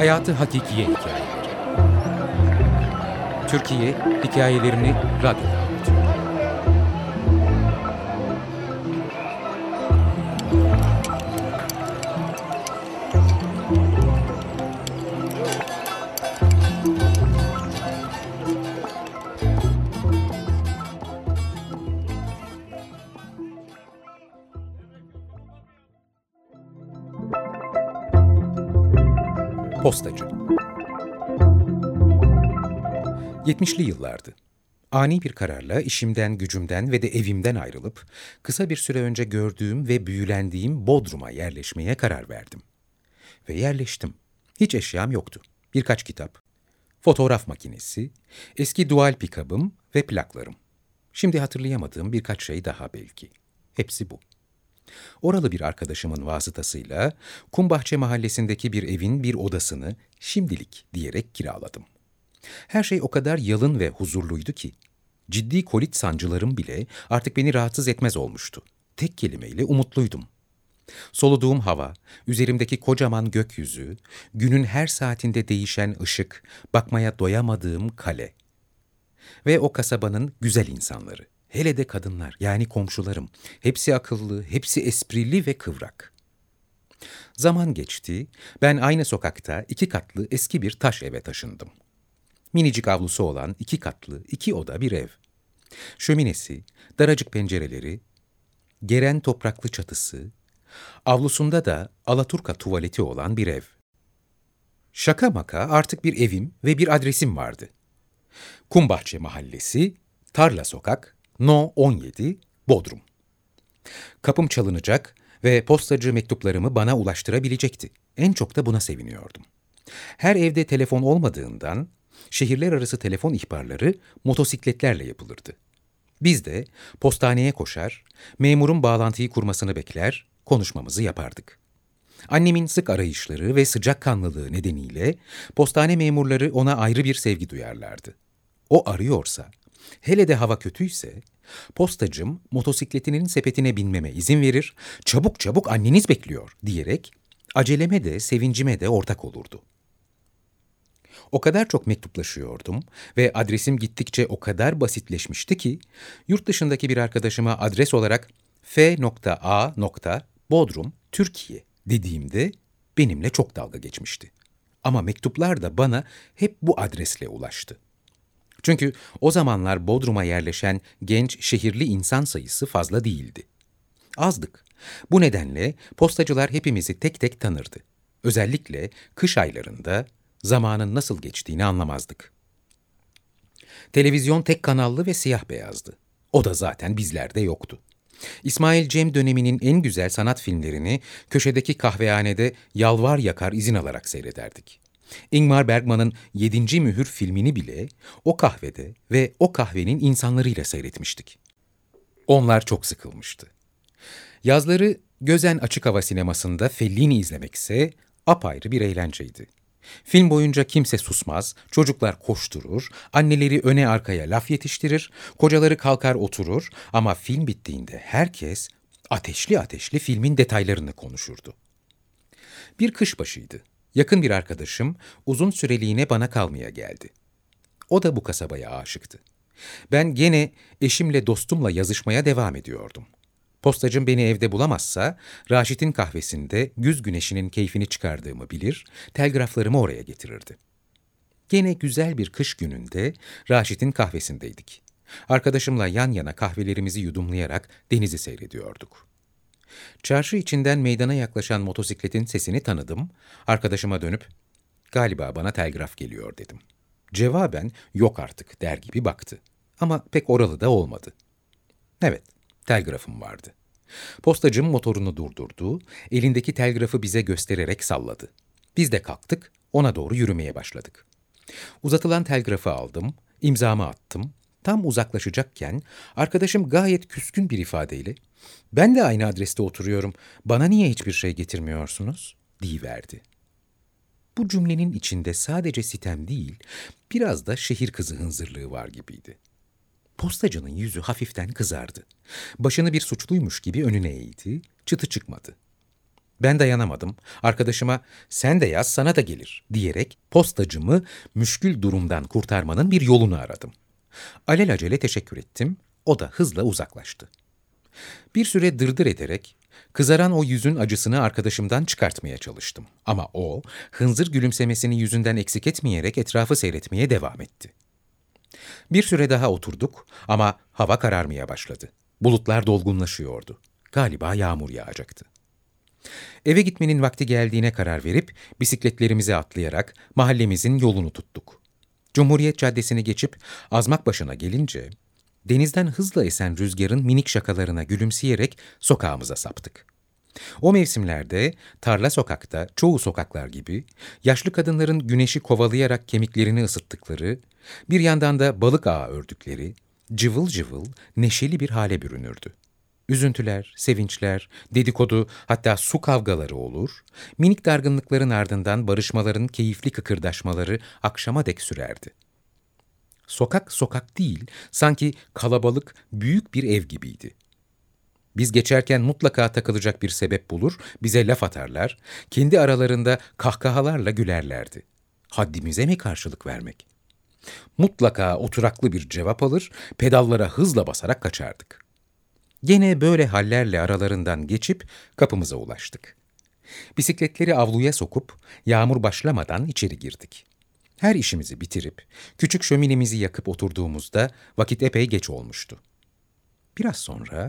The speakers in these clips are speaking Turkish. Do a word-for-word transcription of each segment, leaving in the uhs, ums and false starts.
Hayatı hakikiye hikayeleri. Türkiye hikayelerini radyoda anlatıyor. Postacı. Yetmişli yıllardı. Ani bir kararla işimden, gücümden ve de evimden ayrılıp kısa bir süre önce gördüğüm ve büyülendiğim Bodrum'a yerleşmeye karar verdim. Ve yerleştim. Hiç eşyam yoktu. Birkaç kitap, fotoğraf makinesi, eski dual pikabım ve plaklarım. Şimdi hatırlayamadığım birkaç şey daha belki. Hepsi bu. Oralı bir arkadaşımın vasıtasıyla Kumbahçe mahallesindeki bir evin bir odasını şimdilik diyerek kiraladım. Her şey o kadar yalın ve huzurluydu ki, ciddi kolit sancılarım bile artık beni rahatsız etmez olmuştu. Tek kelimeyle umutluydum. Soluduğum hava, üzerimdeki kocaman gökyüzü, günün her saatinde değişen ışık, bakmaya doyamadığım kale. Ve o kasabanın güzel insanları. Hele de kadınlar, yani komşularım. Hepsi akıllı, hepsi esprili ve kıvrak. Zaman geçti, ben aynı sokakta iki katlı eski bir taş eve taşındım. Minicik avlusu olan iki katlı, iki oda bir ev. Şöminesi, daracık pencereleri, geren topraklı çatısı, avlusunda da alaturka tuvaleti olan bir ev. Şaka maka artık bir evim ve bir adresim vardı. Kumbahçe Mahallesi, Tarla Sokak, No on yedi, Bodrum. Kapım çalınacak ve postacı mektuplarımı bana ulaştırabilecekti. En çok da buna seviniyordum. Her evde telefon olmadığından şehirler arası telefon ihbarları motosikletlerle yapılırdı. Biz de postaneye koşar, memurun bağlantıyı kurmasını bekler, konuşmamızı yapardık. Annemin sık arayışları ve sıcakkanlılığı nedeniyle postane memurları ona ayrı bir sevgi duyarlardı. O arıyorsa, hele de hava kötüyse, postacım motosikletinin sepetine binmeme izin verir, çabuk çabuk anneniz bekliyor diyerek aceleme de sevincime de ortak olurdu. O kadar çok mektuplaşıyordum ve adresim gittikçe o kadar basitleşmişti ki, yurt dışındaki bir arkadaşıma adres olarak F A Bodrum, Türkiye dediğimde benimle çok dalga geçmişti. Ama mektuplar da bana hep bu adresle ulaştı. Çünkü o zamanlar Bodrum'a yerleşen genç şehirli insan sayısı fazla değildi. Azdık. Bu nedenle postacılar hepimizi tek tek tanırdı. Özellikle kış aylarında zamanın nasıl geçtiğini anlamazdık. Televizyon tek kanallı ve siyah beyazdı. O da zaten bizlerde yoktu. İsmail Cem döneminin en güzel sanat filmlerini köşedeki kahvehanede yalvar yakar izin alarak seyrederdik. Ingmar Bergman'ın Yedinci Mühür filmini bile o kahvede ve o kahvenin insanlarıyla seyretmiştik. Onlar çok sıkılmıştı. Yazları Gözen Açık Hava Sineması'nda Fellini izlemekse apayrı bir eğlenceydi. Film boyunca kimse susmaz, çocuklar koşturur, anneleri öne arkaya laf yetiştirir, kocaları kalkar oturur ama film bittiğinde herkes ateşli ateşli filmin detaylarını konuşurdu. Bir kış başıydı. Yakın bir arkadaşım uzun süreliğine bana kalmaya geldi. O da bu kasabaya aşıktı. Ben gene eşimle dostumla yazışmaya devam ediyordum. Postacım beni evde bulamazsa Raşit'in kahvesinde güz güneşinin keyfini çıkardığımı bilir, telgraflarımı oraya getirirdi. Gene güzel bir kış gününde Raşit'in kahvesindeydik. Arkadaşımla yan yana kahvelerimizi yudumlayarak denizi seyrediyorduk. Çarşı içinden meydana yaklaşan motosikletin sesini tanıdım. Arkadaşıma dönüp, "Galiba bana telgraf geliyor," dedim. Cevaben, "Yok artık," der gibi baktı. Ama pek oralı da olmadı. Evet, telgrafım vardı. Postacım motorunu durdurdu, elindeki telgrafı bize göstererek salladı. Biz de kalktık, ona doğru yürümeye başladık. Uzatılan telgrafı aldım, imzamı attım. Tam uzaklaşacakken arkadaşım gayet küskün bir ifadeyle, "Ben de aynı adreste oturuyorum, bana niye hiçbir şey getirmiyorsunuz?" diyiverdi. Bu cümlenin içinde sadece sitem değil, biraz da şehir kızı hınzırlığı var gibiydi. Postacının yüzü hafiften kızardı. Başını bir suçluymuş gibi önüne eğdi, çıtı çıkmadı. Ben dayanamadım. Arkadaşıma sen de yaz sana da gelir diyerek postacımı müşkül durumdan kurtarmanın bir yolunu aradım. Alelacele teşekkür ettim. O da hızla uzaklaştı. Bir süre dırdır ederek kızaran o yüzün acısını arkadaşımdan çıkartmaya çalıştım. Ama o hınzır gülümsemesini yüzünden eksik etmeyerek etrafı seyretmeye devam etti. Bir süre daha oturduk ama hava kararmaya başladı. Bulutlar dolgunlaşıyordu. Galiba yağmur yağacaktı. Eve gitmenin vakti geldiğine karar verip bisikletlerimize atlayarak mahallemizin yolunu tuttuk. Cumhuriyet Caddesi'ni geçip Azmakbaşı'na gelince denizden hızla esen rüzgarın minik şakalarına gülümseyerek sokağımıza saptık. O mevsimlerde tarla sokakta çoğu sokaklar gibi yaşlı kadınların güneşi kovalayarak kemiklerini ısıttıkları, bir yandan da balık ağı ördükleri, cıvıl cıvıl neşeli bir hale bürünürdü. Üzüntüler, sevinçler, dedikodu, hatta su kavgaları olur, minik dargınlıkların ardından barışmaların keyifli kıkırdaşmaları akşama dek sürerdi. Sokak sokak değil, sanki kalabalık büyük bir ev gibiydi. Biz geçerken mutlaka takılacak bir sebep bulur, bize laf atarlar, kendi aralarında kahkahalarla gülerlerdi. Haddimize mi karşılık vermek? Mutlaka oturaklı bir cevap alır, pedallara hızla basarak kaçardık. Gene böyle hallerle aralarından geçip kapımıza ulaştık. Bisikletleri avluya sokup yağmur başlamadan içeri girdik. Her işimizi bitirip küçük şöminemizi yakıp oturduğumuzda vakit epey geç olmuştu. Biraz sonra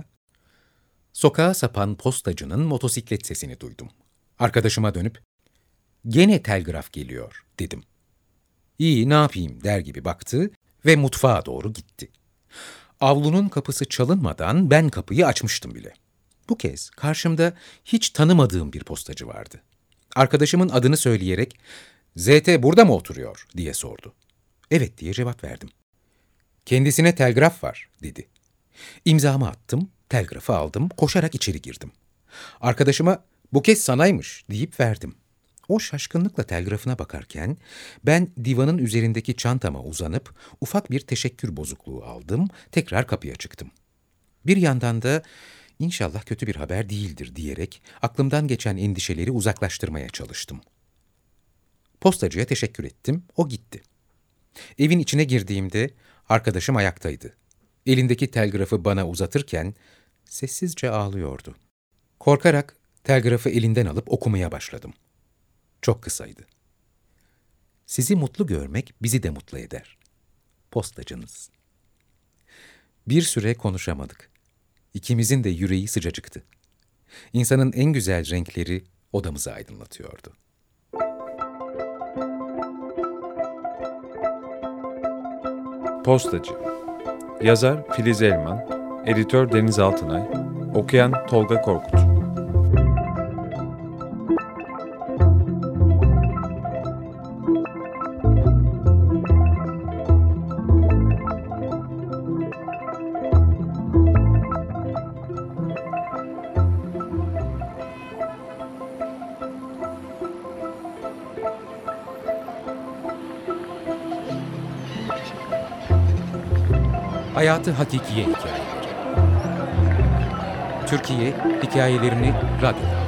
sokağa sapan postacının motosiklet sesini duydum. Arkadaşıma dönüp "Gene telgraf geliyor," dedim. "İyi, ne yapayım?" der gibi baktı ve mutfağa doğru gitti. Avlunun kapısı çalınmadan ben kapıyı açmıştım bile. Bu kez karşımda hiç tanımadığım bir postacı vardı. Arkadaşımın adını söyleyerek "Z T burada mı oturuyor?" diye sordu. "Evet," diye cevap verdim. "Kendisine telgraf var," dedi. İmzamı attım, telgrafı aldım, koşarak içeri girdim. Arkadaşıma "Bu kez sanaymış," deyip verdim. O şaşkınlıkla telgrafına bakarken ben divanın üzerindeki çantama uzanıp ufak bir teşekkür bozukluğu aldım, tekrar kapıya çıktım. Bir yandan da "İnşallah kötü bir haber değildir," diyerek aklımdan geçen endişeleri uzaklaştırmaya çalıştım. Postacıya teşekkür ettim, o gitti. Evin içine girdiğimde arkadaşım ayaktaydı. Elindeki telgrafı bana uzatırken sessizce ağlıyordu. Korkarak telgrafı elinden alıp okumaya başladım. Çok kısaydı. "Sizi mutlu görmek bizi de mutlu eder. Postacınız." Bir süre konuşamadık. İkimizin de yüreği sıcacıktı. İnsanın en güzel renkleri odamızı aydınlatıyordu. Postacı. Yazar Filiz Elman, editör Deniz Altınay, okuyan Tolga Korkut. Hayatı hakikiye hikayeleri. Türkiye hikayelerini radyoda.